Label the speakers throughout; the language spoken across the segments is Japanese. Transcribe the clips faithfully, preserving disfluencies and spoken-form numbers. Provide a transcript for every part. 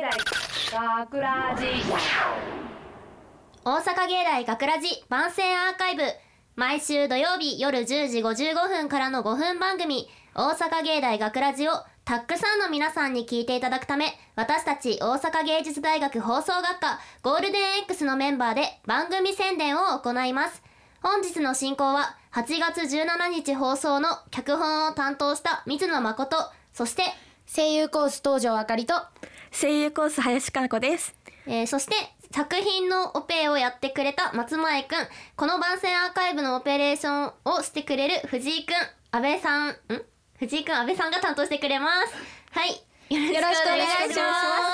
Speaker 1: 大学ラジ
Speaker 2: 大阪芸大学ラジ番宣アーカイブ、毎週土曜日夜じゅうじごじゅうごふんからのごふん番組大阪芸大学ラジをたくさんの皆さんに聞いていただくため、私たち大阪芸術大学放送学科ゴールデン X のメンバーで番組宣伝を行います。本日の進行ははちがつじゅうしちにち放送の脚本を担当した水野誠、そして
Speaker 3: 声優コース東條あかりと
Speaker 4: 声優コース林加奈子です。
Speaker 2: えー、そして作品のオペをやってくれた松前くん、この番宣アーカイブのオペレーションをしてくれる藤井くん、安倍さん、ん藤井くん、安倍さんが担当してくれます。はい、よろしくお願いし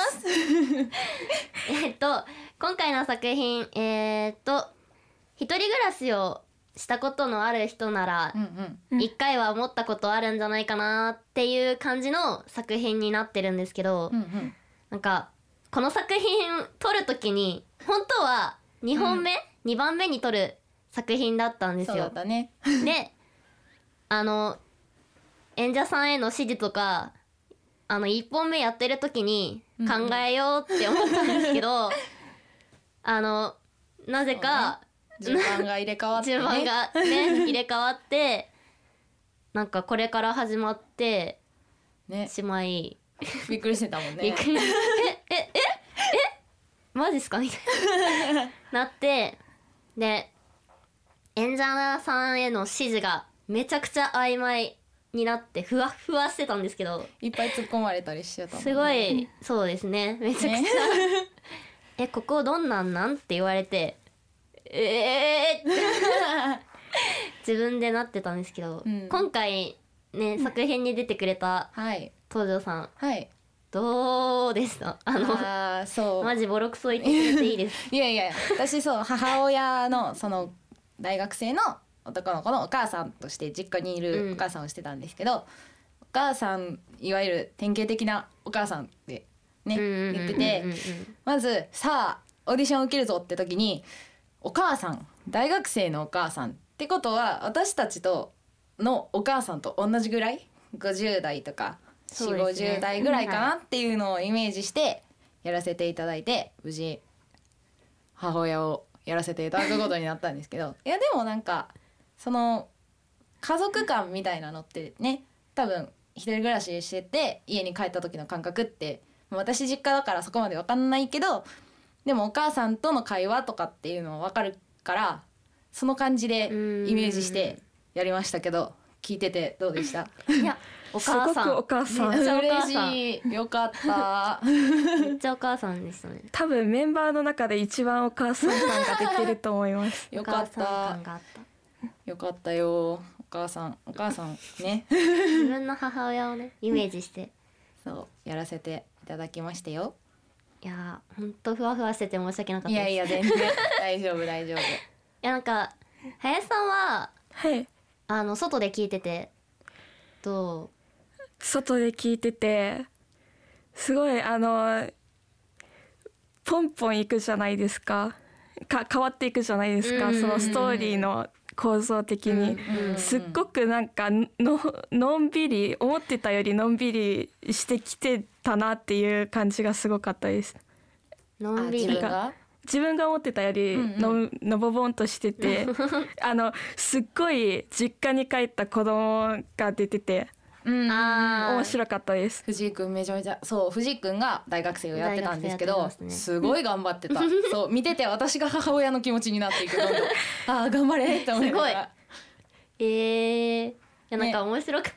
Speaker 2: ますえっと今回の作品、えー、っと一人暮らしをしたことのある人なら一回は思ったことあるんじゃないかなっていう感じの作品になってるんですけど、
Speaker 3: うんうん、
Speaker 2: なんかこの作品撮るときに本当はにほんめ、うん、にばんめに撮る作品だったんですよ。
Speaker 3: そうだったね
Speaker 2: で、あの演者さんへの指示とかあのいっぽんめやってるときに考えようって思ったんですけど、うん、あのなぜか、
Speaker 3: ね、順番が入れ替わって、ね、
Speaker 2: 順番がね入れ替わってなんかこれから始まってしまい、
Speaker 3: ね、びっくりしてたもんね。
Speaker 2: びっくりええええマジっすかみたいななって、で演者さんへの指示がめちゃくちゃ曖昧になってふわふわしてたんですけど、
Speaker 3: いっぱい突っ込まれたりしてたもんね。
Speaker 2: すごいそうですね、めちゃくちゃ、ね、えここどんなんなんって言われてえーって自分でなってたんですけど、うん、今回ね作品に出てくれた東條さん、
Speaker 3: はい、
Speaker 2: どうでした？あの
Speaker 3: あそう
Speaker 2: マジボロクソ言ってくれていいです
Speaker 3: いやいや私そう母親のその大学生の男の子のお母さんとして実家にいるお母さんをしてたんですけど、うん、お母さんいわゆる典型的なお母さんってね、うん、言ってて、まずさあオーディション受けるぞって時にお母さん大学生のお母さんってことは私たちとのお母さんと同じぐらいごじゅう代とかよんじゅう、ごじゅう代ぐらいかなっていうのをイメージしてやらせていただいて、無事母親をやらせていただくことになったんですけどいやでもなんかその家族感みたいなのってね、多分一人暮らししてて家に帰った時の感覚って私実家だからそこまで分かんないけど、でもお母さんとの会話とかっていうのは分かるからその感じでイメージしてやりましたけど、聞いててどうでした？
Speaker 2: いやお母さん、
Speaker 4: すごくお母さん、
Speaker 3: めっちゃ嬉しい、よかった
Speaker 2: めっちゃお母さんでしたね。
Speaker 4: 多分メンバーの中で一番お母さん感が出てると思います
Speaker 3: よかった、よかったよ、お母さんお母さんね
Speaker 2: 自分の母親をねイメージして
Speaker 3: そうやらせていただきましたよ。
Speaker 2: いやほんとふわふわしてて申し訳なかったです。
Speaker 3: いやいや全然大丈夫大丈夫い
Speaker 2: やなんか林さんは、
Speaker 4: はい、
Speaker 2: あの外で聞いててどう？
Speaker 4: 外で聞いててすごいあのポンポンいくじゃないですか、か変わっていくじゃないですか、うんうんうん、そのストーリーの構造的に、うんうんうん、すっごくなんか の, のんびり思ってたよりのんびりしてきてたなっていう感じがすごかったです。
Speaker 2: のんびりが
Speaker 4: 自分が思ってたより の,、うんうん、のぼぼんとしててあのすっごい実家に帰った子供が出てて、うん、あ面白かったです。
Speaker 3: 藤井くんめちゃめちゃそう藤井くんが大学生をやってたんですけど す,、ね、すごい頑張ってたそう見てて私が母親の気持ちになっていくどんどんあー頑張れって思いながら
Speaker 2: えー、いやなんか面白かった、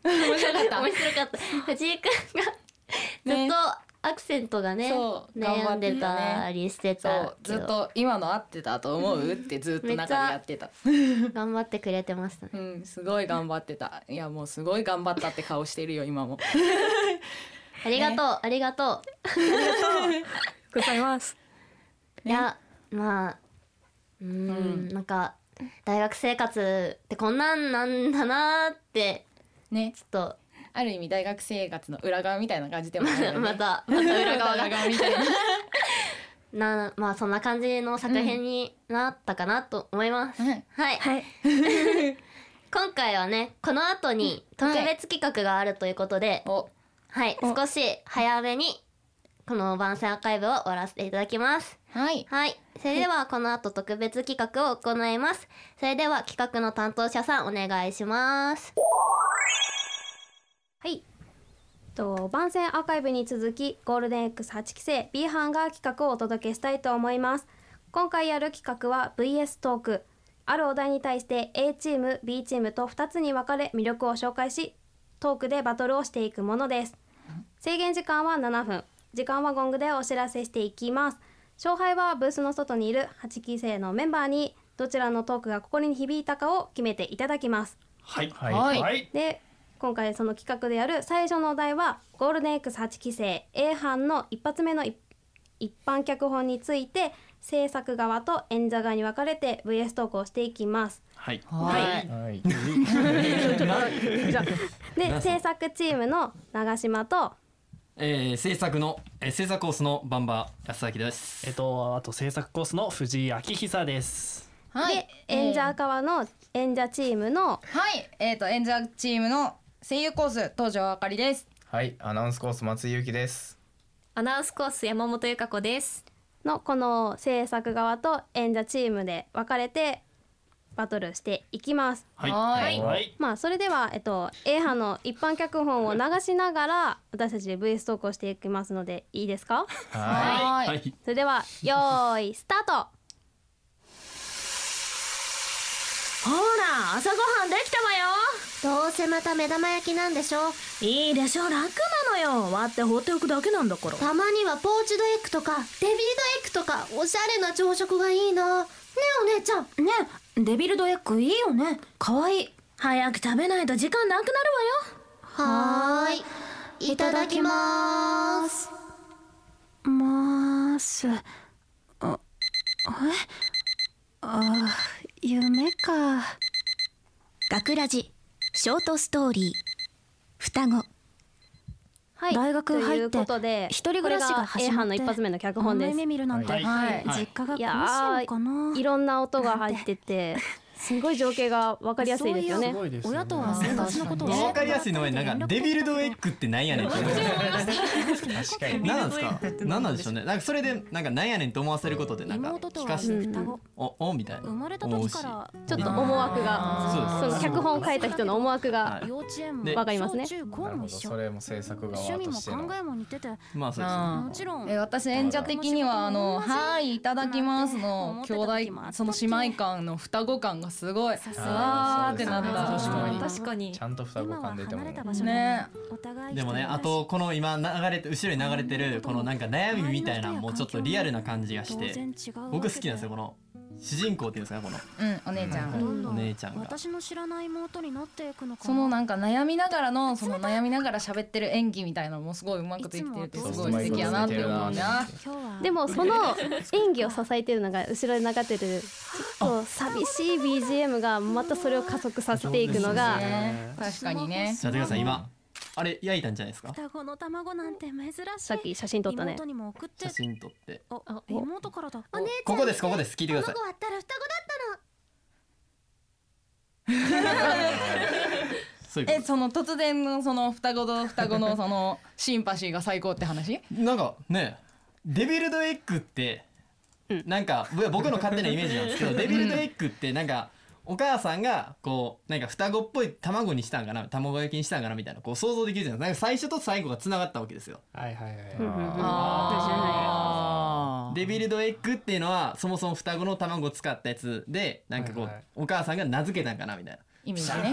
Speaker 3: ね、面白かった
Speaker 2: 面白かった藤井くんがずっと、ねアクセントがね悩んでたりしてた、
Speaker 3: そうずっと今の合ってたと思うってずっと中でやってた
Speaker 2: 頑張ってくれてましたね、
Speaker 3: うん、すごい頑張ってた。いやもうすごい頑張ったって顔してるよ今も
Speaker 2: ありがとう、ね、ありがとうあ
Speaker 4: りがとうございます、
Speaker 2: ね、いやまあうーん、うん、なんか大学生活ってこんなんなんだなってねちょっと
Speaker 3: ある意味大学生活の裏側みたいな感じでもあるよね
Speaker 2: またまた裏側がみたいななまあそんな感じの作品になったかなと思います、うん、はい、はい、今回はねこの後に特別企画があるということで、うん、はい、少し早めにこの番宣アーカイブを終わらせていただきます。
Speaker 3: はい
Speaker 2: はいそれではこの後特別企画を行います。それでは企画の担当者さんお願いします。
Speaker 5: はいと番宣アーカイブに続きゴールデン Xはち 期生 B 班が企画をお届けしたいと思います。今回やる企画は ブイエス トーク。あるお題に対して A チーム B チームとふたつに分かれ魅力を紹介しトークでバトルをしていくものです。制限時間はななふん、時間はゴングでお知らせしていきます。勝敗はブースの外にいるはち期生のメンバーにどちらのトークが心に響いたかを決めていただきます。
Speaker 6: はい
Speaker 3: はい
Speaker 6: はい
Speaker 5: で今回その企画でやる最初のお題はゴールデン エックスはち 期生 A 班の一発目の一一般脚本について制作側と演者側に分かれて ブイエス トークをしていきます。
Speaker 6: はい
Speaker 3: はい
Speaker 7: はい
Speaker 5: で制作チームの長島と
Speaker 6: えー、制作の、えー、制作コースのバンバ安明です
Speaker 7: えっとあと制作コースの藤井明久です
Speaker 3: はい
Speaker 5: で演者側の演者チームの
Speaker 3: はいえーと演者チームの声優コース東條あかりです。
Speaker 8: はいアナウンスコース松井ゆきです。
Speaker 2: アナウンスコース山本由香子です。
Speaker 5: のこの制作側と演者チームで分かれてバトルしていきます。
Speaker 6: はい
Speaker 3: はい
Speaker 7: はい
Speaker 5: まあそれでは、えっと、A 班の一般脚本を流しながら私たちで ブイエス トークをしていきますのでいいですか？
Speaker 3: は
Speaker 6: はいい
Speaker 5: それではよーいスタート。
Speaker 9: ほら朝ごはんできたわよ。
Speaker 2: どうせまた目玉焼きなんでしょ。
Speaker 9: いいでしょ、楽なのよ。割って放っておくだけなんだから。
Speaker 2: たまにはポーチドエッグとかデビルドエッグとかおしゃれな朝食がいいな。ねえお姉ちゃん。
Speaker 9: ねデビルドエッグいいよね。かわいい。早く食べないと時間なくなるわよ。
Speaker 2: はーいいただきまーす。
Speaker 9: まーす。あ、えあ、夢か。学ラジショートストーリー双子。
Speaker 5: はい、
Speaker 9: 大学入って
Speaker 5: ということで
Speaker 9: 一人暮らしが始まって
Speaker 5: これが A 班の一発目の脚本です。
Speaker 9: あんな夢見るなんて、
Speaker 6: はい
Speaker 3: はい
Speaker 9: 実家が
Speaker 5: いや
Speaker 9: 恋しいのかな。
Speaker 5: いろんな音が入っててすごい情景が分かりやすいですよね。
Speaker 7: ごいですよね
Speaker 9: 親とは生活のことを
Speaker 6: 分かりやすいのはなんかデビルドエッグってなんやねんって思う
Speaker 8: 確かに
Speaker 6: 何なんですか何なんでしょうね。なんかそれでなんかなんやねんと思わせることでなんか
Speaker 9: 妹とは
Speaker 6: 聞かして
Speaker 9: 双子。
Speaker 6: おおみたいな
Speaker 9: 生まれた
Speaker 6: 思うし
Speaker 9: 時から
Speaker 5: ちょっと思惑が
Speaker 6: そうです
Speaker 5: その脚本を書いた人の思惑が
Speaker 6: はい
Speaker 9: 幼稚園も
Speaker 6: で
Speaker 5: わかりますね
Speaker 9: 小中高
Speaker 8: なるほど
Speaker 9: も一緒。
Speaker 8: それも制作側
Speaker 9: 趣味も
Speaker 8: としての
Speaker 9: 考えも似てて、
Speaker 6: まあそうですね
Speaker 3: あ
Speaker 9: もちろん
Speaker 3: え私演者的にはあのはいいただきますの兄弟その姉妹感の双子感がすごい
Speaker 9: さすが
Speaker 3: あーってなった。
Speaker 8: 確かに
Speaker 2: 確かに
Speaker 8: ちゃんと双子
Speaker 9: 今は
Speaker 8: 感出ても
Speaker 9: 離れた場所で
Speaker 3: ね
Speaker 9: お互い
Speaker 6: でもねあとこの今流れて後ろに流れてるこのなんか悩みみたいなのもちょっとリアルな感じがして僕好きなんですよ。この主人公っていうんですかこの
Speaker 3: うんお姉ちゃん、
Speaker 9: どんどん
Speaker 6: お姉ちゃんが
Speaker 9: 私の知らない妹になっていくのかな。
Speaker 3: そのなんか悩みながらのその悩みながら喋ってる演技みたいなのもすごいうまくできてるってすごい素敵やなって思うな。
Speaker 9: 今日は
Speaker 5: でもその演技を支えてるのが後ろに流れてるちょっと寂しい ビージーエム がまたそれを加速させていくのが
Speaker 3: ね確かにね。
Speaker 6: じゃあてかさん今あれ焼いたんじゃないですか。
Speaker 9: 双子の卵なんて珍しい。
Speaker 5: さっき写真撮ったね。
Speaker 9: 妹にも送って
Speaker 6: 写。真撮って
Speaker 9: あ、妹からだ。
Speaker 2: お姉ちゃん
Speaker 6: ここですここです聞いてください。
Speaker 2: 卵割ったら双子だったの。
Speaker 6: そういうこ
Speaker 3: えその突然のその双子と双子のそのシンパシーが最高って話？
Speaker 6: となんかねデビルドエッグってなんか僕僕の勝手なイメージなんですけどデビルドエッグってなんかお母さんがこうなんか双子っぽい卵にしたんかな卵焼きにしたんかなみたいなこう想像できるじゃないですか。なんか最初と最後がつながったわけですよ。
Speaker 7: はいはいはい
Speaker 3: あ
Speaker 6: デビルドエッグっていうのはそもそも双子の卵を使ったやつでなんかこう、
Speaker 7: はいはい
Speaker 6: お母さんが名付けたんかなみたいな。
Speaker 3: 意味がね。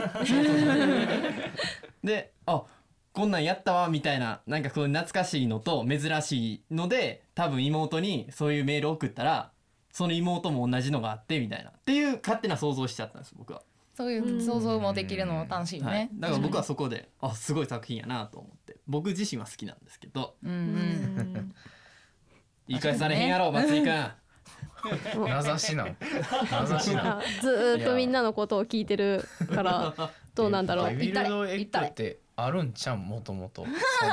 Speaker 6: であこんなんやったわみたいななんかこう懐かしいのと珍しいので多分妹にそういうメールを送ったらその妹も同じのがあってみたいなっていう勝手な想像しちゃったんです僕は。
Speaker 3: そういう想像もできるのも楽しい
Speaker 6: はい
Speaker 3: ね。、
Speaker 6: だから僕はそこであすごい作品やなと思って僕自身は好きなんですけど
Speaker 3: うんうん
Speaker 6: 言い返されへんやろ松井くん。
Speaker 8: 名指しなん名指しなん
Speaker 5: あずーっとみんなのことを聞いてるからどうなんだろう。
Speaker 8: デビルドエッグってあるんちゃんもともと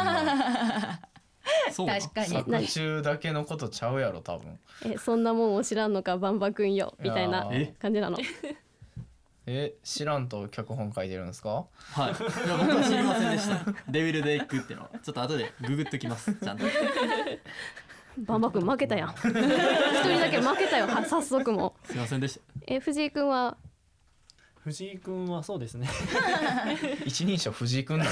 Speaker 6: そうなの
Speaker 3: 確かに。
Speaker 8: 作中だけのことちゃうやろ多分。
Speaker 5: えそんなもんを知らんのかバンバくんよみたいない
Speaker 6: やー
Speaker 5: 感じなの。
Speaker 8: え知らんと脚本書いてるんですか？
Speaker 6: はい。いや僕は知りませんでした。デビルドエッグっていうのはちょっと後でググっときますちゃんと。
Speaker 5: バンバ君負けたやん。一人だけ負けたよ。は早速も。
Speaker 6: すいませんでした。
Speaker 5: え藤井君は
Speaker 7: 藤井君はそうですね
Speaker 8: 一人称藤井くんだ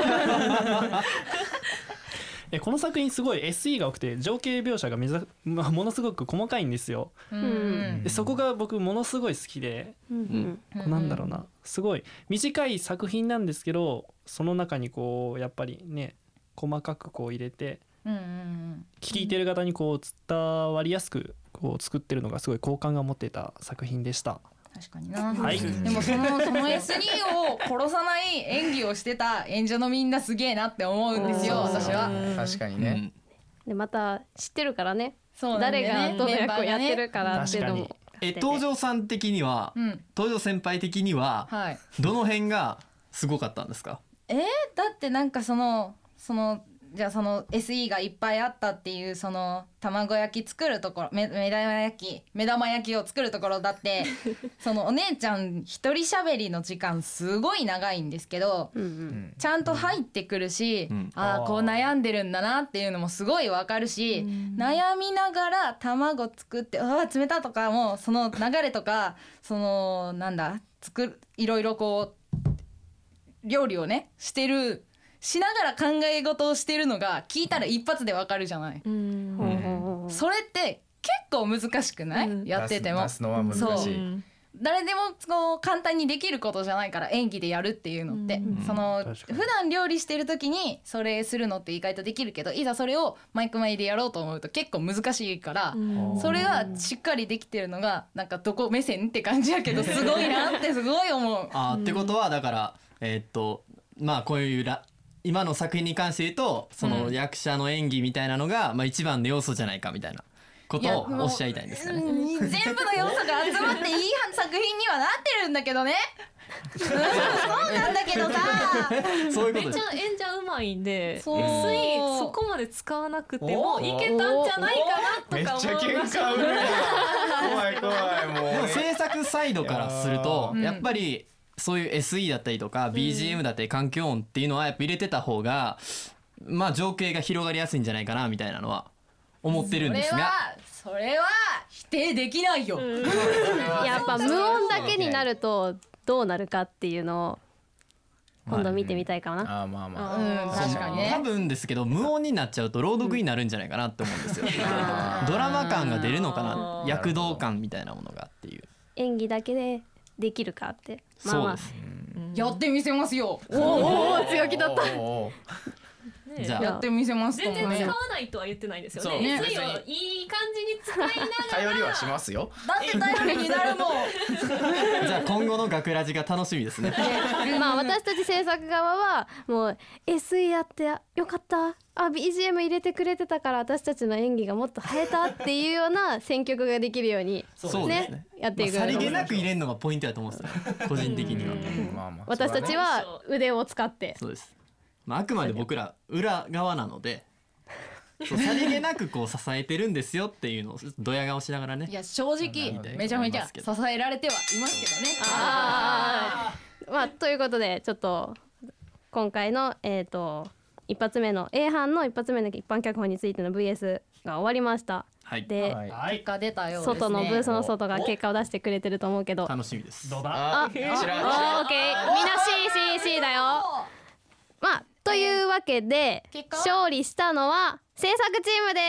Speaker 7: えこの作品すごい エスイー が多くて情景描写がめざ、まあ、ものすごく細かいんですよ。
Speaker 3: うん
Speaker 7: でそこが僕ものすごい好きで、
Speaker 5: うん
Speaker 7: なんだろうなすごい短い作品なんですけどその中にこうやっぱりね細かくこう入れて
Speaker 3: うんうん
Speaker 7: 聞いてる方にこう伝わりやすくこう作ってるのがすごい好感が持っていた作品でした。
Speaker 3: 確かにな、
Speaker 7: はい
Speaker 3: でもそのその エスニー を殺さない演技をしてた演者のみんなすげえなって思うんですよ私は。
Speaker 8: 確かにね、
Speaker 5: でまた知ってるからね。
Speaker 3: そうなんだ
Speaker 5: 誰
Speaker 3: よね
Speaker 5: がどの役をやって
Speaker 3: メン
Speaker 5: るからっていうのも。
Speaker 6: え東條さん的には、
Speaker 3: うん
Speaker 6: 東條先輩的には、
Speaker 3: はい
Speaker 6: どの辺がすごかったんですか？
Speaker 3: えー、だってなんかそのそのじゃあその エスイー がいっぱいあったっていうその卵焼き作るところめ目玉焼き目玉焼きを作るところだってそのお姉ちゃん一人喋りの時間すごい長いんですけど、
Speaker 5: うんうん
Speaker 3: ちゃんと入ってくるし、
Speaker 6: うん
Speaker 3: ああこう悩んでるんだなっていうのもすごいわかるし、悩みながら卵作ってああ冷たとかもその流れとかそのなんだ作るいろいろこう料理をねしてるしながら考え事をしてるのが聞いたら一発でわかるじゃない、
Speaker 5: うんほうほうほう
Speaker 3: それって結構難しくない、
Speaker 5: うん
Speaker 3: やってても
Speaker 8: 出すのは難
Speaker 3: そう
Speaker 8: しい。
Speaker 3: 誰でもこう簡単にできることじゃないから演技でやるっていうのって、
Speaker 5: うん
Speaker 3: その
Speaker 7: 確かに
Speaker 3: 普段料理してる時にそれするのって意外とできるけどいざそれをマイク前でやろうと思うと結構難しいから、
Speaker 5: うん
Speaker 3: それがしっかりできてるのがなんかどこ目線って感じやけどすごいなってすごい思う。
Speaker 6: あーってことはだからえーっとまあこういうラ今の作品に関して言うとその役者の演技みたいなのが、まあ一番の要素じゃないかみたいなことをおっしゃいたいんですかね。
Speaker 3: うん全部の要素が集まっていい作品にはなってるんだけどね。うん、そうなんだけどさ。
Speaker 6: そういうことです
Speaker 10: めっちゃ演者うまいんで エスイ
Speaker 3: そう
Speaker 10: ー そこまで使わなくてもいけたんじゃないかなとか思いました。
Speaker 8: 売るやん怖い怖いもう
Speaker 6: でも制作サイドからすると
Speaker 3: いやー
Speaker 6: やっぱりそういう エスイー だったりとか ビージーエム だったり環境音っていうのはやっぱ入れてた方がまあ情景が広がりやすいんじゃないかなみたいなのは思ってるんですが、
Speaker 3: それはそれは否定できないよ。
Speaker 5: やっぱ無音だけになるとどうなるかっていうのを今度見てみたいかな。
Speaker 8: あーまあまあ
Speaker 3: うん確かにね
Speaker 6: 多分ですけど無音になっちゃうと朗読になるんじゃないかなって思うんですよ。ドラマ感が出るのかな、躍動感みたいなものがっていう。
Speaker 5: 演技だけでできるかって。まあまあ
Speaker 6: そうです。
Speaker 3: やってみせますよ。
Speaker 5: おお強気だった。
Speaker 8: おーおー
Speaker 10: ね
Speaker 6: じゃあ
Speaker 3: やってみせますともね。
Speaker 10: 全然使わないとは言ってないですよ
Speaker 8: そう
Speaker 10: ね。
Speaker 8: ね
Speaker 10: エスイー をいい感じに使いながら
Speaker 8: 頼りはしますよ。
Speaker 3: だって頼りになるもん。
Speaker 6: じゃあ今後の学ラジが楽しみですね。
Speaker 5: まあ私たち制作側はもう エスイー やってよかったあ ビージーエム 入れてくれてたから私たちの演技がもっと映えたっていうような選曲ができるように
Speaker 6: そうですね。
Speaker 5: やっていく、
Speaker 6: まあさりげなく入れるのがポイントだと思うんですよ。個人的には。
Speaker 8: まあまあ
Speaker 5: 私たちは腕を使って
Speaker 6: そうです。まああくまで僕ら裏側なので。そうさりげなくこう支えてるんですよっていうのをドヤ顔しながらね。
Speaker 3: いや正直めちゃめちゃ支えられてはいますけどね。
Speaker 5: あーまあということでちょっと今回のえっ、と一発目の A 班の一発目の一般脚本についての ブイエス が終わりました。
Speaker 6: はい。
Speaker 5: で、
Speaker 8: はい
Speaker 7: はい
Speaker 3: 結果出たようですね。
Speaker 5: 外のブースの外が結果を出してくれてると思うけど。
Speaker 6: 楽しみです。
Speaker 7: どうだ
Speaker 8: あ知らん知
Speaker 5: オ
Speaker 8: らん
Speaker 5: ーケーみんな シーシーシー だよ。まあというわけで
Speaker 3: 結果
Speaker 5: 勝利したのは制作チームです。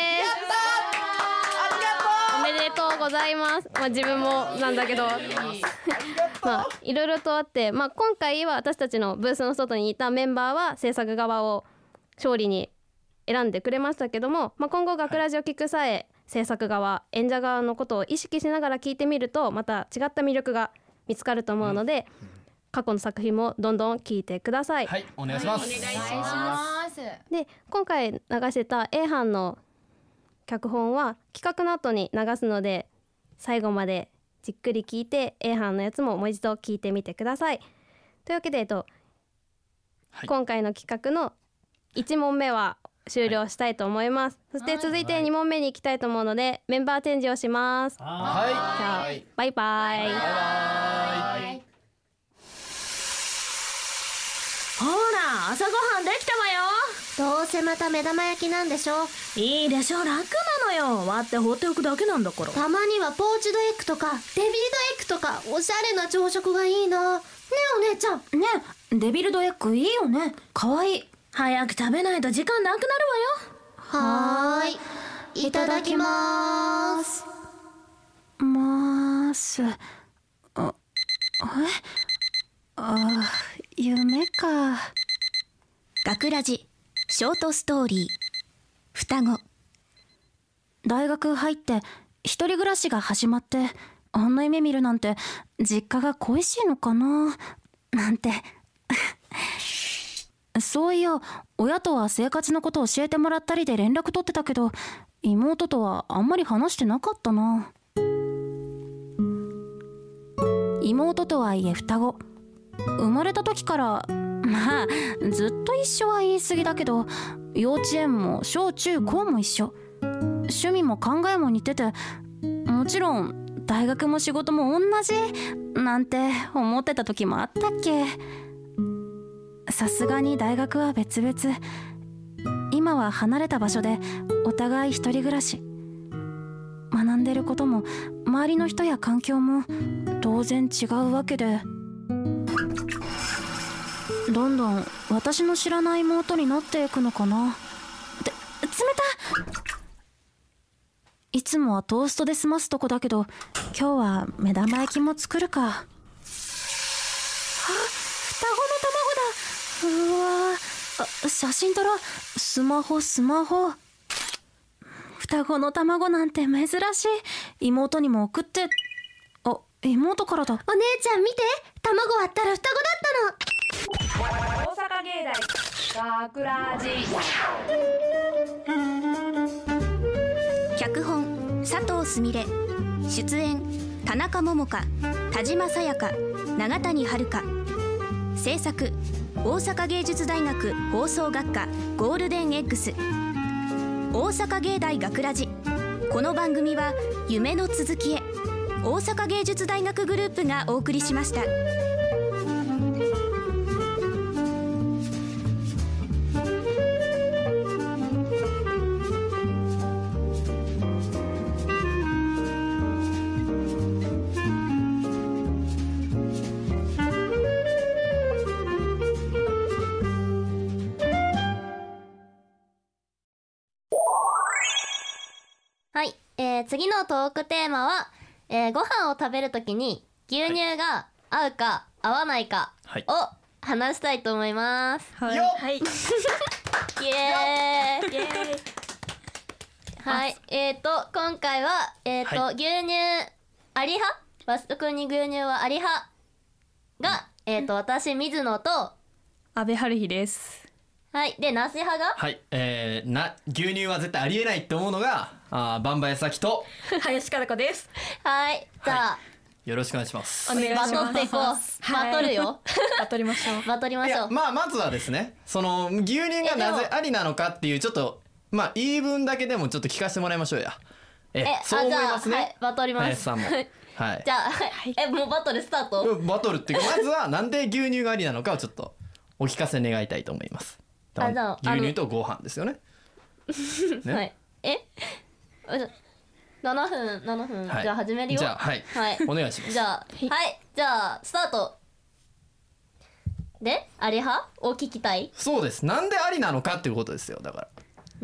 Speaker 5: おめでとうございます。まあ自分もなんだけどまあいろいろとあって、まあ今回は私たちのブースの外にいたメンバーは制作側を勝利に選んでくれましたけども、まあ今後学ラジを聞く際、制作側演者側のことを意識しながら聞いてみるとまた違った魅力が見つかると思うので、過去の作品もどんどん聞いてください。
Speaker 6: はい、お願いします。
Speaker 3: お願いします。
Speaker 5: で今回流してた A 班の脚本は企画の後に流すので最後までじっくり聞いて A 班のやつももう一度聞いてみてください。というわけで、えっと
Speaker 6: はい
Speaker 5: 今回の企画のいち問目は終了したいと思います、そして続いてに問目に行きたいと思うのでメンバーチェンジをします。じ
Speaker 7: は
Speaker 5: ゃあバイバイ。
Speaker 8: バイバイ。
Speaker 9: ほら朝ごはんできたわよ。
Speaker 2: どうせまた目玉焼きなんでしょ。
Speaker 9: いいでしょ、楽なのよ。割って放っておくだけなんだから。
Speaker 2: たまにはポーチドエッグとかデビルドエッグとかおしゃれな朝食がいいな。ねえお姉ちゃん。
Speaker 9: ねえ、デビルドエッグいいよね。かわいい。早く食べないと時間なくなるわよ。
Speaker 2: はーい、いただきまーす。
Speaker 9: まーす。あ、えあ、夢か。学ラジショートストーリー双子。大学入って一人暮らしが始まって、あんな夢見るなんて実家が恋しいのかななんてそういや親とは生活のこと教えてもらったりで連絡取ってたけど、妹とはあんまり話してなかったな。妹とはいえ双子。生まれた時からまあずっと一緒は言い過ぎだけど、幼稚園も小中高も一緒。趣味も考えも似てて、もちろん大学も仕事も同じなんて思ってた時もあったっけ。さすがに大学は別々。今は離れた場所でお互い一人暮らし。学んでることも周りの人や環境も当然違うわけで、どんどん私の知らない妹になっていくのかな。で、冷た。いつもはトーストで済ますとこだけど、今日は目玉焼きも作るか。あ、双子の卵だ。うわあ、写真撮ろう。スマホスマホ。双子の卵なんて珍しい。妹にも送って。あ、妹からだ。
Speaker 2: お姉ちゃん見て、卵割ったら双子だったの。
Speaker 1: 大阪芸大学ラジ。
Speaker 9: 脚本佐藤すみれ、出演田中桃香、田島さやか、永谷遥香。制作大阪芸術大学放送学科ゴールデン X。 大阪芸大学ラジ。この番組は夢の続きへ大阪芸術大学グループがお送りしました。
Speaker 2: はい、えー、次のトークテーマは、えー、ご飯を食べるときに牛乳が合うか合わないかを話したいと思います。
Speaker 4: はい、
Speaker 6: よっ
Speaker 4: はい、
Speaker 2: イエーイイエーイ。はい、えーと今回はえーと、
Speaker 6: はい、
Speaker 2: 牛乳あり派、バスト君に牛乳はあり派が、えーと私水野と
Speaker 4: 阿部春日です。
Speaker 2: はい、でなし派が
Speaker 6: はい、えー、な牛乳は絶対ありえないって思うのがあバンバヤサキと
Speaker 4: 林加奈子です。
Speaker 2: はい、じゃあ、
Speaker 6: はい、よろしくお願いします。
Speaker 4: お願いします
Speaker 2: バトっていこう。バトるよ。
Speaker 4: バトりましょう。
Speaker 2: バトりましょう。
Speaker 6: まあまずはですね、その牛乳がなぜありなのかっていうちょっとまあ言い分だけでもちょっと聞かせてもらいましょうや。え
Speaker 2: え、
Speaker 6: そう思いますね。
Speaker 2: あ、じゃあ、はい、バトります。
Speaker 6: 林さんも。はい。
Speaker 2: じゃあ、はい、え、もうバトルスタート。
Speaker 6: バトルっていうかまずはなんで牛乳がありなのかをちょっとお聞かせ願いたいと思います。
Speaker 2: あ、じゃあ
Speaker 6: 牛乳とご飯ですよね。
Speaker 2: ねはい。え、ななふんななふん、はい、じゃあ始めるよ。
Speaker 6: じゃあはい、はい、お願いします。
Speaker 2: じゃあはい、はい、じゃあスタート。で、あり派を聞きたい。
Speaker 6: そうです。なんでありなのかっていうことですよ。だから。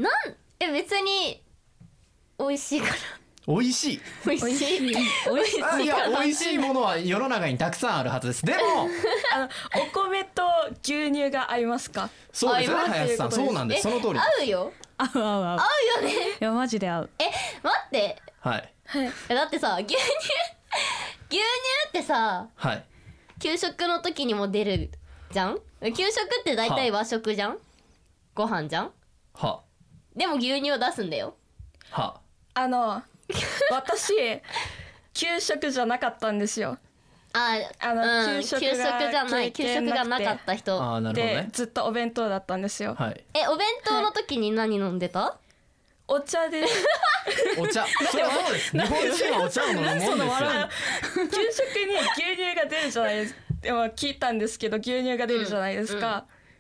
Speaker 2: なんえ別に美味しいから。
Speaker 6: 美味しい。
Speaker 2: 美味しい。美味しい。
Speaker 6: いや美味しいものは世の中にたくさんあるはずです。でも
Speaker 4: あのお米と牛乳が合いますか？
Speaker 6: そうですね、林さん。そうなんです。その通り。
Speaker 2: 合うよ。
Speaker 4: 合う合う合う。
Speaker 2: 合うよね。
Speaker 4: いやマジで合う。
Speaker 2: え、待って。
Speaker 6: はい。
Speaker 4: はい。
Speaker 2: だってさ、牛乳牛乳ってさ、
Speaker 6: はい。
Speaker 2: 給食の時にも出るじゃん。給食って大体和食じゃん。ご飯じゃん。
Speaker 6: は。
Speaker 2: でも牛乳を出すんだよ。
Speaker 6: は。
Speaker 4: あの私給食じゃなかったんですよ。
Speaker 2: あ
Speaker 4: あの、
Speaker 2: うん、給食が給食じゃない給食がなかった人
Speaker 6: あ、なるほどね、
Speaker 4: でずっとお弁当だったんですよ。
Speaker 6: はい。
Speaker 2: え、お弁当の時に何飲んでた？はい、
Speaker 4: お茶で
Speaker 6: お茶。それはそうです。日本人はお茶を飲むもんですよ。
Speaker 4: 給食に牛乳が出るじゃないですか。でも聞いたんですけど牛乳が出るじゃないですか、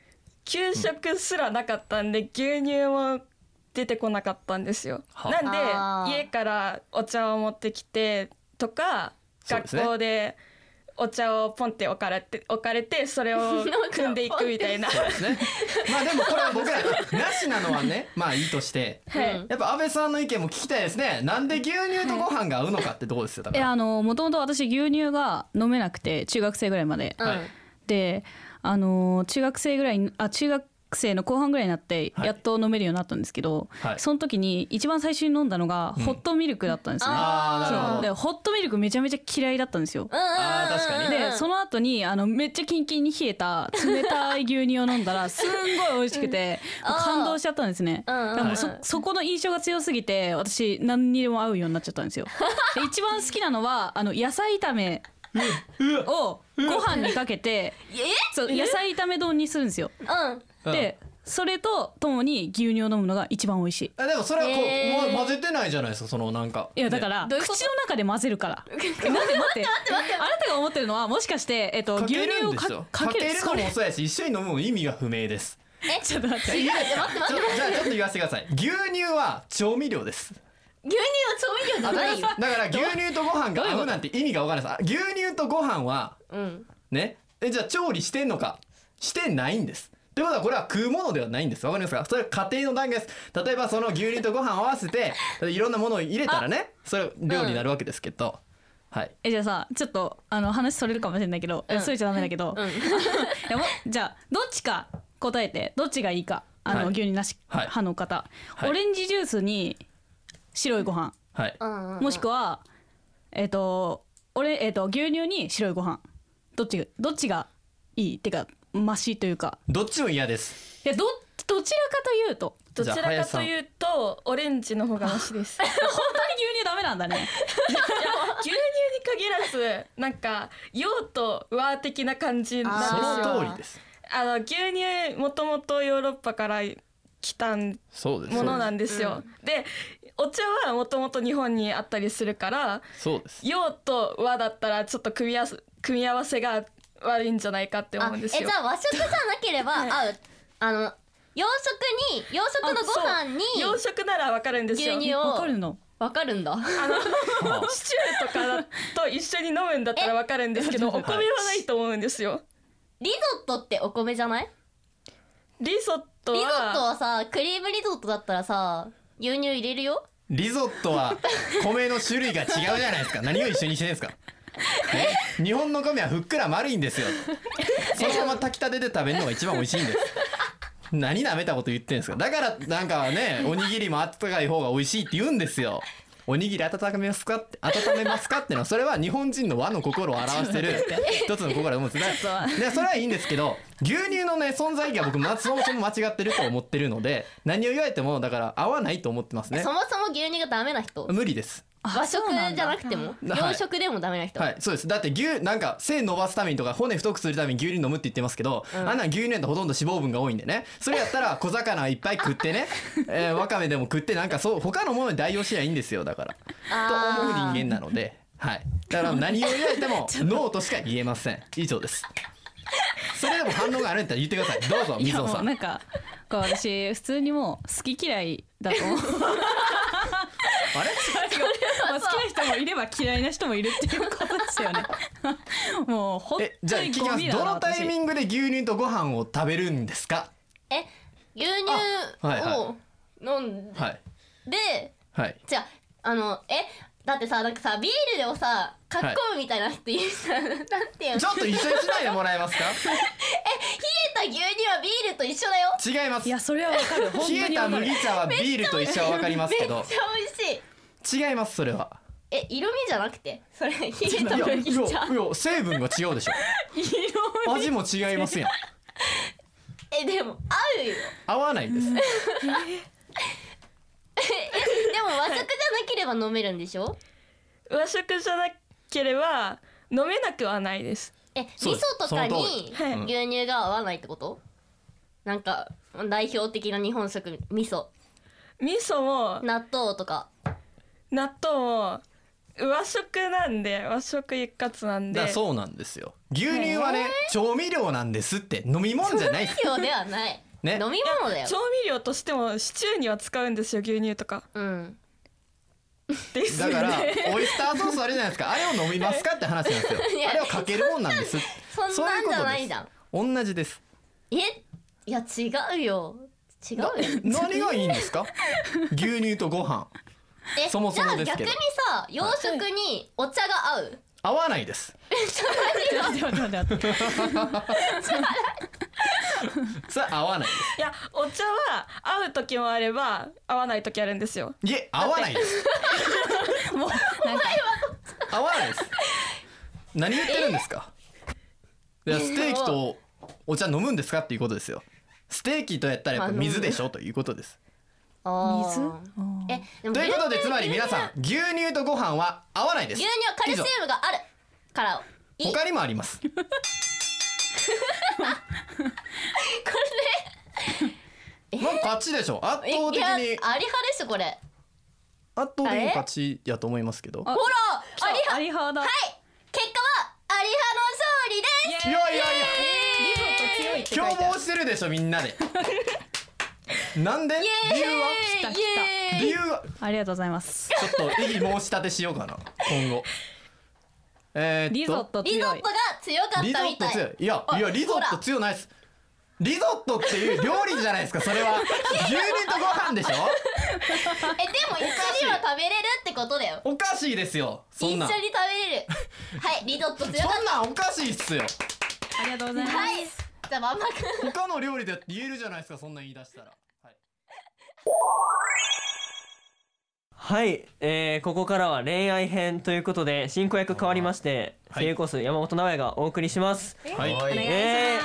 Speaker 4: 給食すらなかったんで牛乳も出てこなかったんですよ。なんで家からお茶を持ってきてとか、学校でお茶をポンって置かれて置かれてそれを汲んでいくみたいな。
Speaker 6: そうですね。まあでもこれは僕らなしなのはね、まあいいとして、はい、やっぱ安倍さんの意見も聞きたいですね。なんで牛乳とご飯が合うのかってどうですよ。だから。
Speaker 11: えあのもともと私牛乳が飲めなくて中学生ぐらいまで、はい、であの中学生ぐらいあ中学生の後半ぐらいになってやっと飲めるようになったんですけど、はい、その時に一番最初に飲んだのがホットミルクだったんですね、うん、あそうでホットミルクめちゃめちゃ嫌いだったんですよ。
Speaker 6: あ確かに。
Speaker 11: でその後にあのめっちゃキンキンに冷えた冷たい牛乳を飲んだらすんごい美味しくて感動しちゃったんですね。でも そ, そこの印象が強すぎて私何にでも合うようになっちゃったんですよ。で一番好きなのはあの野菜炒めをご飯にかけてそう野菜炒め丼にするんですよ。うん、でそれとともに牛乳を飲むのが一番美味しい。
Speaker 6: あでもそれはこう、えー、混ぜてないじゃないですか。そのなんか
Speaker 11: いやだから、ね、口の中で混ぜるから待って待って待ってあなたが思ってるのはもしかして、えっと、牛乳を か,
Speaker 6: かけるかけるのもそうやし一緒に飲むのも意味が不明です。
Speaker 2: え
Speaker 11: ちょっと待って
Speaker 2: 違う待って待って
Speaker 6: じゃあちょっと言わせてください。牛乳は調味料です。
Speaker 2: 牛乳は調味料じゃないよ。
Speaker 6: だから牛乳とご飯が合うなんて意味が分からないです。牛乳とご飯は、うん、ねえじゃあ調理してんのかしてないんです。ということはこれは食うものではないんです。わかりますか。それは家庭の段階です。例えばその牛乳とご飯を合わせていろんなものを入れたらねそれ料理になるわけですけど、うん、はい。
Speaker 11: えじゃあさちょっとあの話それるかもしれないけど、うん、それじゃダメだけど、うん、いやもじゃあどっちか答えてどっちがいいかあの、はい、牛乳なし派の方、はい、オレンジジュースに白いご飯、はい、もしくはえっ、ー、と俺えっ、ー、と牛乳に白いご飯どっちどっちがいいってかマシというか。
Speaker 6: どっちも嫌です。
Speaker 11: いや ど, どちらかというと
Speaker 4: どちらかというとオレンジの方がマシです。
Speaker 11: 本当に牛乳ダメなんだね。
Speaker 4: いや牛乳に限らずなんか洋と和的な感じなんですよ。
Speaker 6: その通りです。
Speaker 4: あの牛乳もともとヨーロッパから来たものなんですよ。でお茶はもともと日本にあったりするから
Speaker 6: そうです。
Speaker 4: 洋と和だったらちょっと組み合わせ組み合わせが悪いんじゃないかって思うんですよ。
Speaker 2: えじゃあ和食じゃなければ合う、はい、あの洋食に洋食のご飯に
Speaker 4: 洋食ならわかるんですよ。
Speaker 2: 牛乳を
Speaker 11: わかるの
Speaker 2: わかるんだ。あの
Speaker 4: シチューとかと一緒に飲むんだったらわかるんですけどお米はないと思うんですよ。
Speaker 2: リゾットってお米じゃない？
Speaker 4: リゾットは
Speaker 2: リゾットはさクリームリゾットだったらさ牛乳入れるよ。
Speaker 6: リゾットは米の種類が違うじゃないですか。何を一緒にしてるんですか。え日本の米はふっくら丸いんですよ。そのまま炊きたてで食べるのが一番美味しいんです。何舐めたこと言ってんですか。だからなんかねおにぎりも温かい方が美味しいって言うんですよ。おにぎり温めますかって温めますかってのはそれは日本人の和の心を表してる一つの心だと思うんですね。でそれはいいんですけど牛乳のね存在意義は僕まそもそも間違ってると思ってるので何を言われてもだから合わないと思ってますね。
Speaker 2: そもそも牛乳がダメな人
Speaker 6: 無理です。
Speaker 2: 和食じゃなくても洋食でもダメな人、
Speaker 6: はい、はい、そうです。だって牛なんか背伸ばすためにとか骨太くするために牛乳飲むって言ってますけど、うん、あんな牛乳なんてほとんど脂肪分が多いんでねそれやったら小魚いっぱい食ってね、えー、わかめでも食ってなんかそう他のものに代用しりゃいいんですよ。だからと思う人間なので、はい、だから何を言われてもノーとしか言えません。以上です。それでも反応があるんだったら言ってください。どうぞ水野さん。
Speaker 11: なんかこう私普通にもう好き嫌いだと思う。
Speaker 6: あれ
Speaker 11: まあ好きな人もいれば嫌いな人もいるっていうことですよね。もう本当にゴミだな。
Speaker 6: どのタイミングで牛乳とご飯を食べるんですか。
Speaker 2: え牛乳を飲んで、はいはい、じゃあのえだってさなんかさビールでもさかっこむみたいなっていうさ、はい、なんていうの
Speaker 6: ちょっと一緒にしないでもらえますか。
Speaker 2: え冷えた牛乳はビールと一緒だよ。
Speaker 6: 違います。
Speaker 11: いやそれはわかる。
Speaker 6: 冷えた麦茶はビールと一緒はわかりますけど
Speaker 2: めっちゃ美味し
Speaker 6: い。違います。それは
Speaker 2: え色味じゃなくてそれ冷えた麦茶。いや
Speaker 6: いや成分が違うでしょ。味も違いますやん。
Speaker 2: えでも合うよ。
Speaker 6: 合わないです。えでも
Speaker 2: 和食じゃなければ飲めるんでしょ。
Speaker 4: 和食じゃなければ飲めなくはないです。
Speaker 2: え味噌とかに牛乳が合わないってこと、うん、なんか代表的な日本食味噌
Speaker 4: 味噌も
Speaker 2: 納豆とか
Speaker 4: 納豆も和食なんで和食一括なんで。
Speaker 6: だそうなんですよ。牛乳はね調味料なんですって、飲み物じゃない。
Speaker 2: 調味料ではない。ね、飲み物だよ。
Speaker 4: 調味料としてもシチューには使うんですよ牛乳とか。
Speaker 2: うん。
Speaker 4: ですね。
Speaker 6: だからオイスターソースあれじゃないですか。あれを飲みますかって話なんですよ。あれをかけるもんなんです。
Speaker 2: そんなんじゃないじゃん。
Speaker 6: 同じです。
Speaker 2: え、いや違うよ。違うよ。
Speaker 6: 何がいいんですか？牛乳とご飯。
Speaker 2: え、
Speaker 6: そもそもですけど。
Speaker 2: じゃあ逆にさ、洋食にお茶が合う？
Speaker 6: 合わないです。
Speaker 2: ちょっと待って待って待って。
Speaker 6: それ合わないです。
Speaker 4: いや、お茶は合う時もあれば合わない時あるんですよ。
Speaker 6: いえ、合わないです。
Speaker 2: もうなんか
Speaker 6: 合わないです。何言ってるんですか？いや、ステーキとお茶飲むんですかっていうことですよ。ステーキとやったらやっぱ水でしょということです。
Speaker 2: 水？
Speaker 6: え、ということでつまり皆さん牛乳とご飯は合わないです。
Speaker 2: 牛乳はカルシウムがあるからいい。
Speaker 6: 他にもあります。これもう勝ちでしょ。圧倒的に。
Speaker 2: いや、あり派ですこれ。
Speaker 6: 圧倒的に勝ちやと思いますけど。
Speaker 2: ほら、あり派。
Speaker 4: あり派だ。
Speaker 2: はい、結果はあり派の勝利です。
Speaker 6: いやいやいや、リゾット強いって共謀してるでしょみんなで。なんで？理由は？
Speaker 11: 来た来た。
Speaker 6: 理由は？
Speaker 11: ありがとうございます。
Speaker 6: ちょっと異議申し立てしようかな今後。えーっと
Speaker 11: リゾット強い。
Speaker 2: リゾットが強かったみたい。
Speaker 6: リゾット強い。いやいやリゾット強ないです。リゾットっていう料理じゃないですか。それは牛乳とご飯でしょ。
Speaker 2: え、でも一緒には食べれるってことだよ。
Speaker 6: おかしいですよ。そんなん
Speaker 2: 一緒に食べれる。はい、リゾット強かった。
Speaker 6: そんなんおかしいっすよ。
Speaker 11: ありがとうございます。
Speaker 2: はい、じゃあまんまくん。
Speaker 6: 他の料理で言えるじゃないですか。そんなん言い出したら。
Speaker 12: はい、えー、ここからは恋愛編ということで進行役変わりまして、はい、声優コース山本直哉がお送りします。
Speaker 6: はい、
Speaker 12: えー、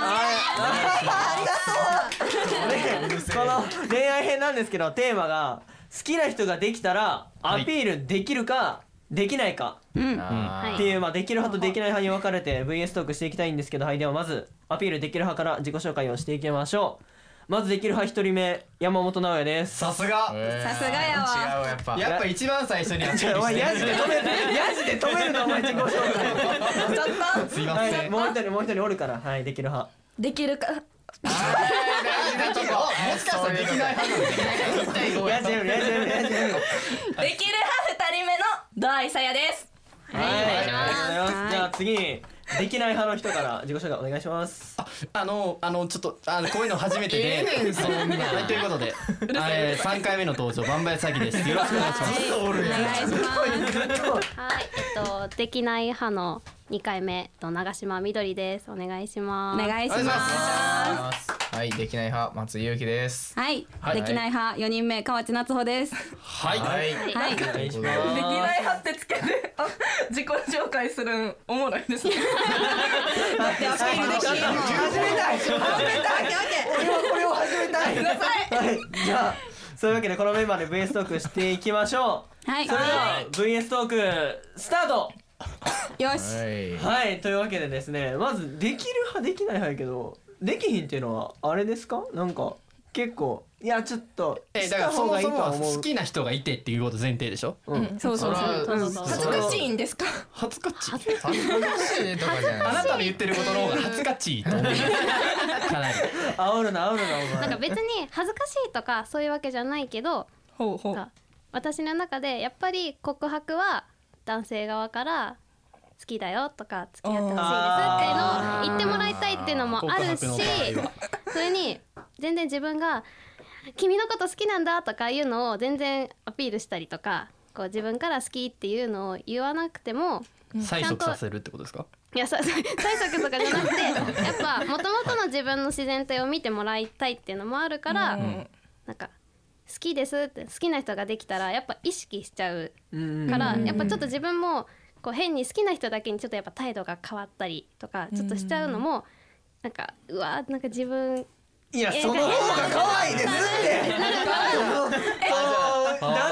Speaker 12: あーこの恋愛編なんですけどテーマが好きな人ができたらアピールできるかできないか、うん、っていう、まあ、できる派とできない派に分かれて ブイエス トークしていきたいんですけど、はい、ではまずアピールできる派から自己紹介をしていきましょう。まずできる派一人目山本直哉です。
Speaker 6: さすが、
Speaker 10: えー、さすがやわ。
Speaker 6: 違うやっぱやっぱ一番最初にアピールしてる。
Speaker 12: お前ヤジで止めるヤジで止めるのお前自己紹介。
Speaker 6: ちょっとすいません、
Speaker 12: はい、もう一人もう一人おるから、はい、できる派
Speaker 3: できるか
Speaker 6: あ大事なとこ。もしかしたらできない派なん
Speaker 12: ヤジやるヤジやるヤジやる。
Speaker 10: できる派二人目のドアイサヤです。
Speaker 12: はい、お願いします。じゃあ次にできない派の人から自己紹介お願いします。
Speaker 6: あ、あのあのちょっとあのこういうの初めてで、ええねんそんな。はい、ということで、えー、さんかいめの登場バンバヤサキです。よろしくお願いします。
Speaker 5: お願いします。はい、えっとできない派のにかいめと長島みどりです。お願いします。
Speaker 3: お願いします。
Speaker 8: はい、できない派松井裕樹です。
Speaker 3: はい、はい、できない派よにんめ河内夏穂です。
Speaker 6: はいはい、
Speaker 3: はい、
Speaker 10: できない派ってつけて自己紹介するんおもろいですね。
Speaker 3: だってアピールできるの。
Speaker 12: 始めたい始めたい。俺はこれを始めたい。はい、じゃあそういうわけでこのメンバーで ブイエス トークしていきましょう。はい、それでは ブイエス トークスタート。
Speaker 3: よし。
Speaker 12: はい、というわけでですね、まずできる派できない派やけど、できひんっていうのはあれですか？なんか結構いやちょっと
Speaker 6: えだからそもそも好きな人がいてっていうこと前提でしょ？
Speaker 3: うん、そうそうそう。
Speaker 10: 恥ずかしいんですか？
Speaker 6: 恥ずかしい。
Speaker 8: 恥ずかしいとかじゃない。
Speaker 6: あなたの言ってることの方が恥ずかしいと思う。かなり。
Speaker 12: 煽るな煽るなお前。
Speaker 5: なんか別に恥ずかしいとかそういうわけじゃないけど、
Speaker 10: ほうほう。
Speaker 5: 私の中でやっぱり告白は男性側から好きだよとか付き合ってほしいですっていうのを言ってもらいたいっていうのもあるし、それに全然自分が君のこと好きなんだとかいうのを全然アピールしたりとか、こう自分から好きっていうのを言わなくても
Speaker 6: 催促させるってことですか？
Speaker 5: いや、催促とかじゃなくてやっぱ元々の自分の自然体を見てもらいたいっていうのもあるから、うん、なんか好きですって好きな人ができたらやっぱ意識しちゃうから、やっぱちょっと自分もこう変に好きな人だけにちょっとやっぱ態度が変わったりとかちょっとしちゃうのもなんかうわなんか自分
Speaker 12: いやその方が可愛いですって。男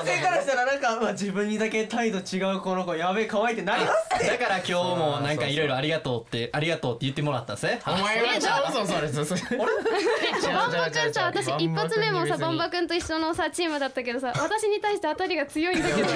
Speaker 12: 男性からしたらなんか、まあ、自分にだけ態度違うこの子やべえ可愛いってなりますって。
Speaker 6: だから今日もなんかいろいろありがとうってありがとうって言ってもらったんですね。
Speaker 8: お前がちゃうぞそれそれ。
Speaker 5: バンバくんさ、私一発目もさバンバくんと一緒のさチームだったけどさ、私に対して当たりが強いんだけど。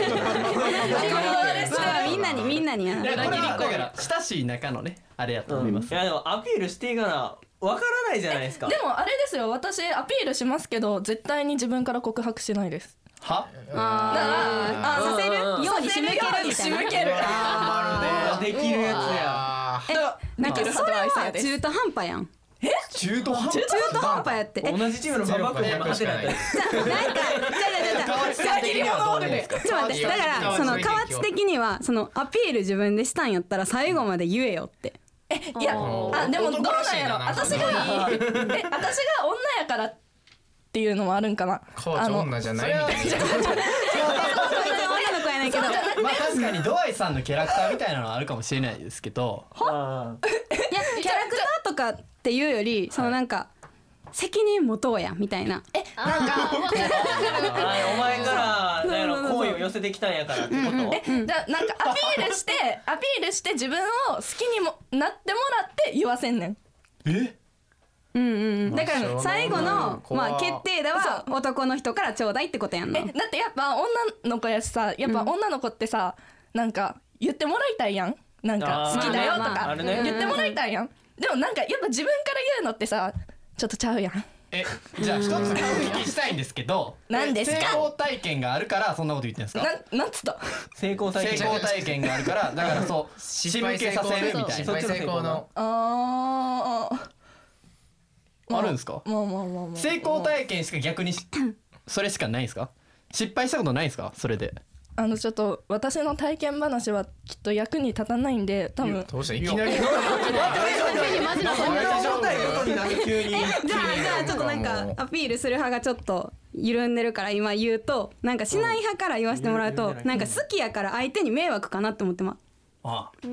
Speaker 9: みんなにみんなにやな。
Speaker 6: だから親しい仲のねあれやと思います。
Speaker 12: いやでもアピールしていかなわからないじゃないですか。
Speaker 13: でもあれですよ、私アピールしますけど絶対に自分から告白しないです。
Speaker 6: は？
Speaker 9: ああさせるように仕向けるみたいな。
Speaker 13: 仕向ける。
Speaker 12: あできるやつや。
Speaker 9: え、なんかそれは中途半端やん。
Speaker 12: え？中途半端？
Speaker 9: 中途半端やって。
Speaker 12: 同じチームのバンバ君も勝てない。
Speaker 9: なんかじゃあじゃあじゃあ河内的にはどうですか？ちょっと待って、だからその河内的にはそのアピール自分でしたんやったら最後まで言えよって。
Speaker 13: え、いや、あ、でもどうなんやろ、私がえ、私が女やからっていうのもあるんかな。
Speaker 8: コーチ女じゃないみたいな。
Speaker 9: 女の子やないけど、
Speaker 6: まあ確かにドアイさんのキャラクターみたいなのはあるかもしれないですけど、
Speaker 9: いやキャラクターとかっていうよりそのなんか責任持とうやみたいな。
Speaker 13: え、なんか
Speaker 12: お前からなんやろ好意を寄せてきたんやからってこと。
Speaker 13: え、じゃあなんかアピールしてアピールして自分を好きにもなってもらって言わせんねん。
Speaker 6: え？
Speaker 9: うんうん。だから最後のまあ決定打は男の人からちょうだいってことやんの。
Speaker 13: え、だってやっぱ女の子やしさ、やっぱ女の子ってさ、なんか言ってもらいたいやん。なんか好きだよとか言ってもらいたいやん。でもなんかやっぱ自分から言うのってさ。ちょっとちゃうやん。
Speaker 6: え、じゃあ一つ攻撃したいんですけど、
Speaker 13: 何ですか？
Speaker 6: 成功体験があるからそんなこと言ってんですか？
Speaker 13: な、なんつった？
Speaker 12: 成功体験。
Speaker 6: 成功体験があるからだからそう仕向けさせるみたいな。
Speaker 8: 失敗成功の。
Speaker 13: あ
Speaker 6: あ。あるんですか？
Speaker 13: まあまあまあまあ。
Speaker 6: 成功体験しか逆にそれしかないんですか？失敗したことないんですか？それで。
Speaker 13: あのちょっと私の体験話はきっと役に立たないんで多分。
Speaker 8: どうしたいきなり。
Speaker 9: マジなそんな状態になって急に。じゃあじゃあちょっとなんかアピールする派がちょっと緩んでるから今言うとなんかしない派から言わせてもらうとなんか好きやから相手に迷惑かなって思ってます。
Speaker 6: あ。
Speaker 9: うん。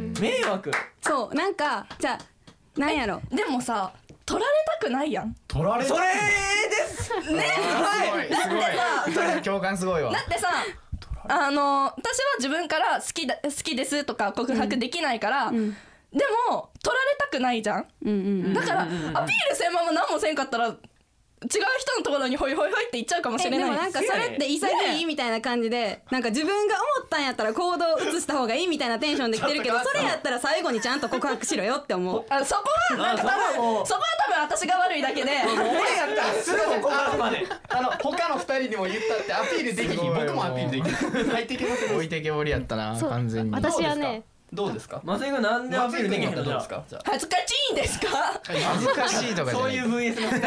Speaker 12: 迷惑。
Speaker 9: そうなんかじゃあなんやろ。
Speaker 13: でもさ。取られたくないやん。
Speaker 6: 取られ
Speaker 12: それです
Speaker 13: ね。
Speaker 8: はい。すごい。それ共感すごいわ。
Speaker 13: だってさ、あの私は自分から好きだ好きですとか告白できないから、でも取られたくないじゃん。だからアピールせんまま何もせんかったら。違う人のところにホイホイホイって言っちゃうかもしれない。
Speaker 9: でもなんかそれって潔いみたいな感じでなんか自分が思ったんやったら行動を移した方がいいみたいなテンションで来てるけどそれやったら最後にちゃんと告白しろよって思う。
Speaker 13: あそこはなんか多分そこは多分私が悪いだけで
Speaker 12: 俺やったらすぐ告白まで
Speaker 6: あの他のふたりにも言ったってアピールできひん僕もアピールできる入ってきません。
Speaker 8: 置いてけぼりやったな完全に。
Speaker 5: 私はね
Speaker 6: どうですか？
Speaker 12: 松井君なんでアピールできへんの？
Speaker 6: どうですか？
Speaker 13: 恥ずかしいんですか？
Speaker 8: 恥ずかしいとかじゃない。
Speaker 12: そういう ブイエス の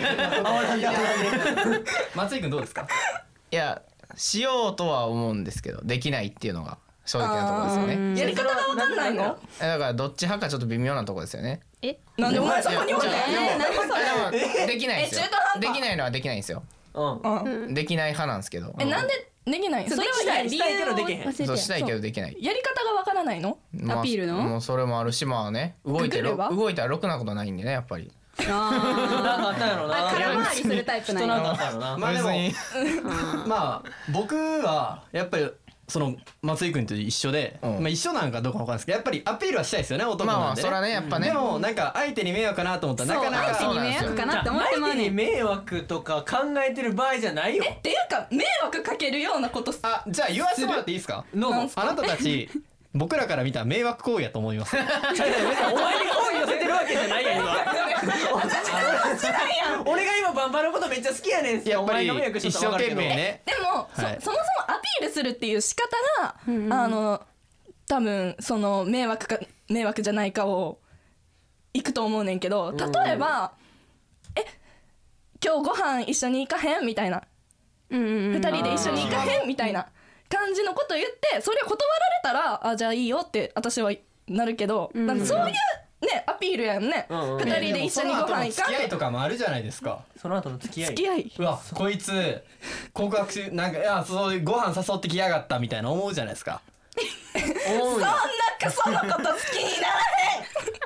Speaker 6: 松井君どうですか？
Speaker 8: いやしようとは思うんですけどできないっていうのが正直なところですよね。
Speaker 13: やり方が分かんないの？
Speaker 8: だからどっち派かちょっと微妙なところですよね。
Speaker 13: え？なんでお前そこにおるの？
Speaker 8: でもできないですよ。できないのはできないんですよ。
Speaker 13: うん。
Speaker 8: できない派なんですけど。
Speaker 13: えなんでできない？
Speaker 12: それはしたいけどできへん。
Speaker 8: そうしたいけどできない。
Speaker 13: やり方がわからないの？
Speaker 9: アピールの？
Speaker 8: もうそれもあるしまあね動いてる動いたらろくなことないんでねやっぱり。
Speaker 12: ああ。なんかあったやろな。
Speaker 9: 空回りするタイプなんや。
Speaker 12: なんかあったやろな。
Speaker 6: まあでもまあ僕はやっぱり。その松井君と一緒で、まあ一緒なんかどうかわかんないですけどやっぱりアピールはしたいですよね男なんでね。
Speaker 8: まあそらねやっぱね。
Speaker 6: でもなんか相手に迷惑かなと思ったらなかなか
Speaker 9: 相手に迷惑かなって思ってまうねん。
Speaker 12: 相手に迷惑とか考えてる場合じゃないよ。
Speaker 13: えっていうか迷惑かけるようなこと
Speaker 6: あじゃあ言わせてもらっていいですか？どうぞ。あなたたち僕らから見たら迷惑行為やと思います。
Speaker 12: お前に好意寄せてるわけじゃないやん今。俺が今バンバのことめっちゃ好きやねん。
Speaker 6: やっぱり一生懸命ね。
Speaker 13: でも、はい、そ, そもそもアピールするっていう仕方が、うんうん、あの多分その迷惑か迷惑じゃないかをいくと思うねんけど、例えば、うん、え今日ご飯一緒に行かへんみたいな、うんうん、ふたりで一緒に行かへんみたいな感じのこと言ってそれ断られたらあじゃあいいよって私はなるけど、うん、なんかそういうねアピールやんね。ふた、うんうん、りで一緒にご飯行かんって。
Speaker 6: 付き合いとかもあるじゃないですか。
Speaker 12: その後の付き合い。
Speaker 13: 付き合い。
Speaker 6: うわこいつ告白しなんかいやそういうご飯誘ってきやがったみたいな思うじゃないですか。
Speaker 13: そんなそのこと好きにならへん。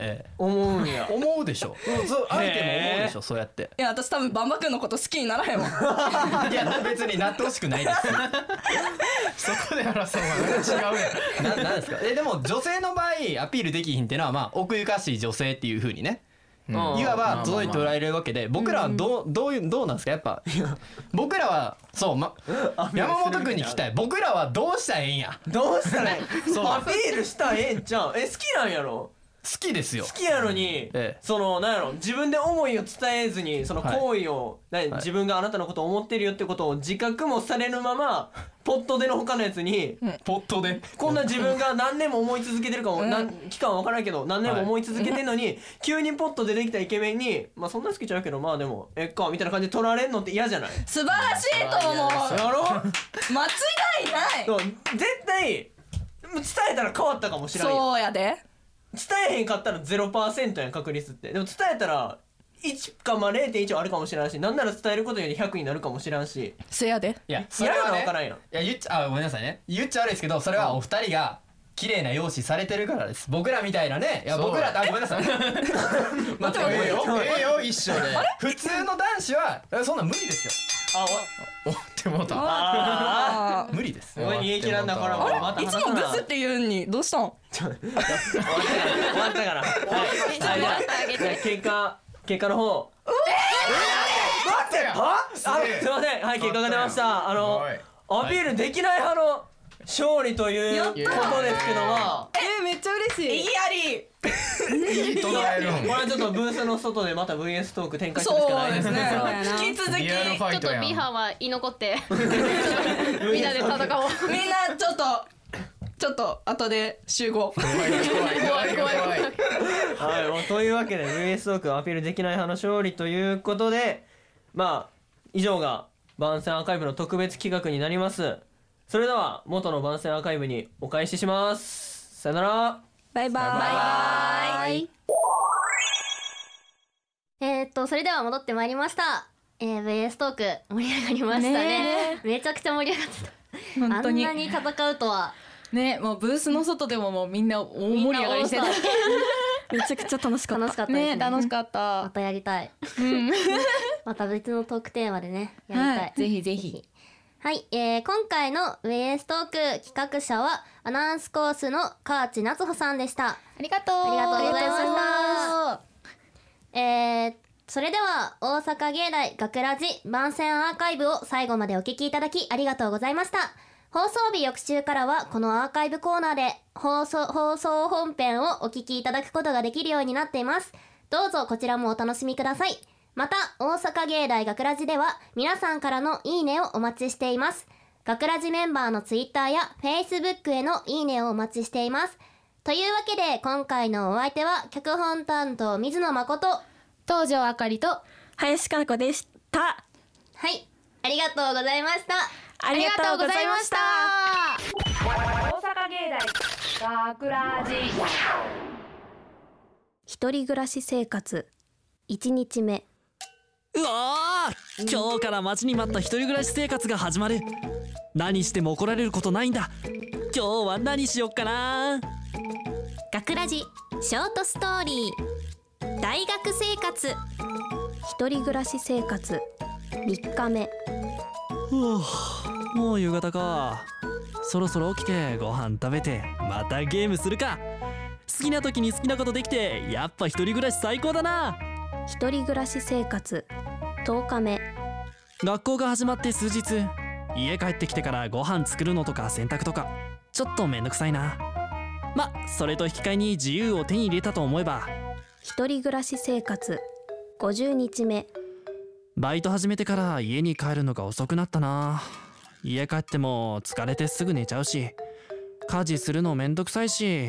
Speaker 6: ええ
Speaker 12: 思うんや。
Speaker 6: 思うでしょ。そう相手も思うでしょ、そうやって。
Speaker 13: いや私多分バンバ君のこと好きにならへんわ。
Speaker 6: いや別になってほしくないです
Speaker 8: そこで争うのは違うやん。
Speaker 6: ななんですか。えでも女性の場合アピールできひんっていうのはまあ奥ゆかしい女性っていう風にね、
Speaker 8: うん、
Speaker 6: いわば届いておられるわけで、僕らはどうどういうどうなんですか。やっぱ僕らはそう、ま、山本君に聞きたい。僕らはどうしたらええんや。
Speaker 12: どうしたらええん
Speaker 6: そう
Speaker 12: アピールしたらええんちゃう。え好きなんやろ。
Speaker 6: 好きですよ。
Speaker 12: 好きやのに、
Speaker 6: ええ、
Speaker 12: そのなんやろ自分で思いを伝えずにその行為を、はい、自分があなたのことを思ってるよってことを自覚もされぬままポットでの他のやつに、
Speaker 6: うん、ポットで
Speaker 12: こんな自分が何年も思い続けてるかも、うん、なん期間は分からんけど何年も思い続けてるのに、はい、急にポットでできたイケメンにまあそんな好きちゃうけどまあでもえっかみたいな感じで取られんのって嫌じゃない。
Speaker 13: 素晴らしいと思う。
Speaker 12: やろ
Speaker 13: 間違いない。
Speaker 12: 絶対伝えたら変わったかもしれない。
Speaker 13: そうやで。
Speaker 12: 伝えへんかったら ゼロパーセント やん確率って。でも伝えたらいちかまあ れいてんいち はあるかもしれんし、なんなら伝えることによりひゃくになるかもしれんし。
Speaker 13: せやで。
Speaker 6: いやそれは、ね、
Speaker 12: 嫌なの分からんやん。
Speaker 6: いや言っちゃあごめんなさいね、言っちゃ悪いですけどそれはお二人が綺麗な容姿されてるからです。僕らみたいなね、いや僕らあごめんなさい待ってええよええよ一緒で普通の男子はそんな無理ですよ。あ
Speaker 8: おってもうた。
Speaker 12: あ
Speaker 6: 無理です。
Speaker 12: すごい逃げ切らんだからまた
Speaker 13: いつもグスって言うにどうしたん。
Speaker 12: 終わったからはい結果結果の方えー待ってはあすいませんはい結果が出ました。あのアピールできない派の勝利ということですけども、
Speaker 13: えー、めっちゃ嬉しい。いいあり
Speaker 8: いい捉えるん。
Speaker 12: これはちょっとブースの外でまた ブイエス トーク展開するしかないですね。
Speaker 13: 引き続き
Speaker 8: リアルファイトやん。
Speaker 2: ちょっと B 班は居残ってみんなで戦おう。
Speaker 13: みんなちょっとちょっと後で集合。
Speaker 8: 怖い怖い怖い怖い。
Speaker 12: はい、もうというわけで ブイエス トークアピールできない派の勝利ということで、まあ以上が番宣アーカイブの特別企画になります。それでは元の番宣アーカイブにお返しします。さよなら。
Speaker 5: バイバイ。バイバイ。
Speaker 2: えー、っとそれでは戻ってまいりました。えー、ブイエス トーク盛り上がりましたね。めちゃくちゃ盛り上がってた。本当にあんなに戦うとは
Speaker 3: ね。もうブースの外でももうみんな大盛り上がりしてた。
Speaker 4: めちゃくちゃ楽しかった。
Speaker 2: 楽しかったですね。
Speaker 3: ね楽しかった。
Speaker 2: またやりたい。また別のトークテーマでねやりたい。
Speaker 3: はい、ぜひぜひ。
Speaker 2: はい、えー、今回の ブイエス トーク企画者はアナウンスコースの河内夏穂さんでした。
Speaker 3: ありがとう。
Speaker 2: ありがとうございました。えー、それでは大阪芸大学ラジ番宣アーカイブを最後までお聞きいただきありがとうございました。放送日翌週からはこのアーカイブコーナーで放送、放送本編をお聞きいただくことができるようになっています。どうぞこちらもお楽しみください。また大阪芸大学ラジでは皆さんからのいいねをお待ちしています。学ラジメンバーのツイッターやフェイスブックへのいいねをお待ちしています。というわけで今回のお相手は脚本担当水野誠、
Speaker 3: 東條あかりと
Speaker 4: 林加奈子でした。
Speaker 2: はい、ありがとうございました。
Speaker 4: ありがとうございました。
Speaker 1: 大阪芸大学ラジ
Speaker 5: 一人暮らし生活いちにちめ。
Speaker 14: うわー、今日から待ちに待った一人暮らし生活が始まる。何しても怒られることないんだ。今日は何しよっかな。
Speaker 9: 学ラジショートストーリー大学生活
Speaker 5: 一人暮らし生活みっかめ。
Speaker 14: うわ、もう夕方か。そろそろ起きてご飯食べてまたゲームするか。好きな時に好きなことできてやっぱ一人暮らし最高だな。
Speaker 5: 一人暮らし生活とおかめ。
Speaker 14: 学校が始まって数日、家帰ってきてからご飯作るのとか洗濯とかちょっとめんどくさいな。ま、それと引き換えに自由を手に入れたと思えば。
Speaker 5: 一人暮らし生活ごじゅうにちめ。
Speaker 14: バイト始めてから家に帰るのが遅くなったな。家帰っても疲れてすぐ寝ちゃうし、家事するのめんどくさいし。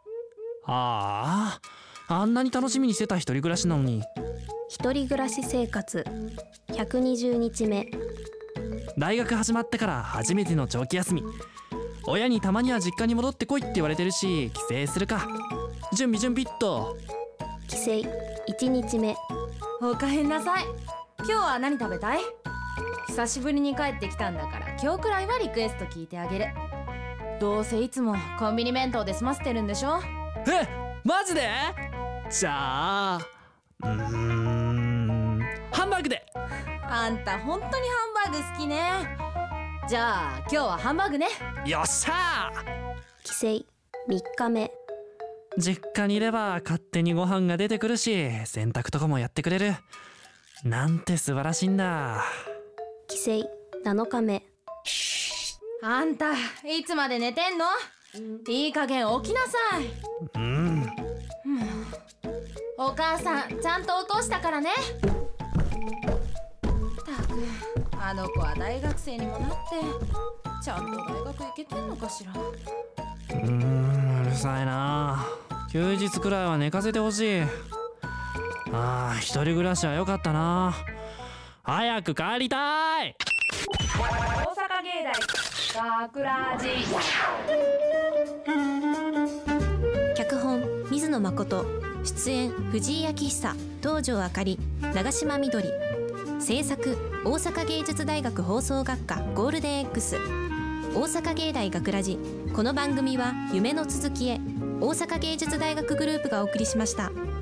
Speaker 14: ああ、あんなに楽しみにしてた一人暮らしなのに。
Speaker 5: 一人暮らし生活ひゃくにじゅうにちめ。
Speaker 14: 大学始まってから初めての長期休み。親にたまには実家に戻ってこいって言われてるし、帰省するか。準備準備っと。
Speaker 5: 帰省いちにちめ。
Speaker 15: おかえりなさい。今日は何食べたい？久しぶりに帰ってきたんだから今日くらいはリクエスト聞いてあげる。どうせいつもコンビニ弁当で済ませてるんでしょ。
Speaker 14: え、マジで？ じゃあうーんハンバーグで。
Speaker 15: あんた本当にハンバーグ好きね。じゃあ今日はハンバーグね。
Speaker 14: よっしゃ
Speaker 5: 帰省みっかめ。
Speaker 14: 実家にいれば勝手にご飯が出てくるし洗濯とかもやってくれるなんて素晴らしいんだ。
Speaker 5: 帰省なのかめ。
Speaker 15: あんたいつまで寝てんの？いい加減起きなさい。
Speaker 14: うん、
Speaker 15: お母さんちゃんと起こしたからね。たくあの子は大学生にもなってちゃんと大学行けてんのかしら。
Speaker 14: うーんうるさいな。休日くらいは寝かせてほしい。あー一人暮らしは良かったな。早く帰りたい。
Speaker 1: 大阪芸大学ラジ。
Speaker 2: 脚本水野誠、出演藤井明久、東條あかり、長島みどり、制作大阪芸術大学放送学科ゴールデン X、 大阪芸大学ラジ。この番組は夢の続きへ大阪芸術大学グループがお送りしました。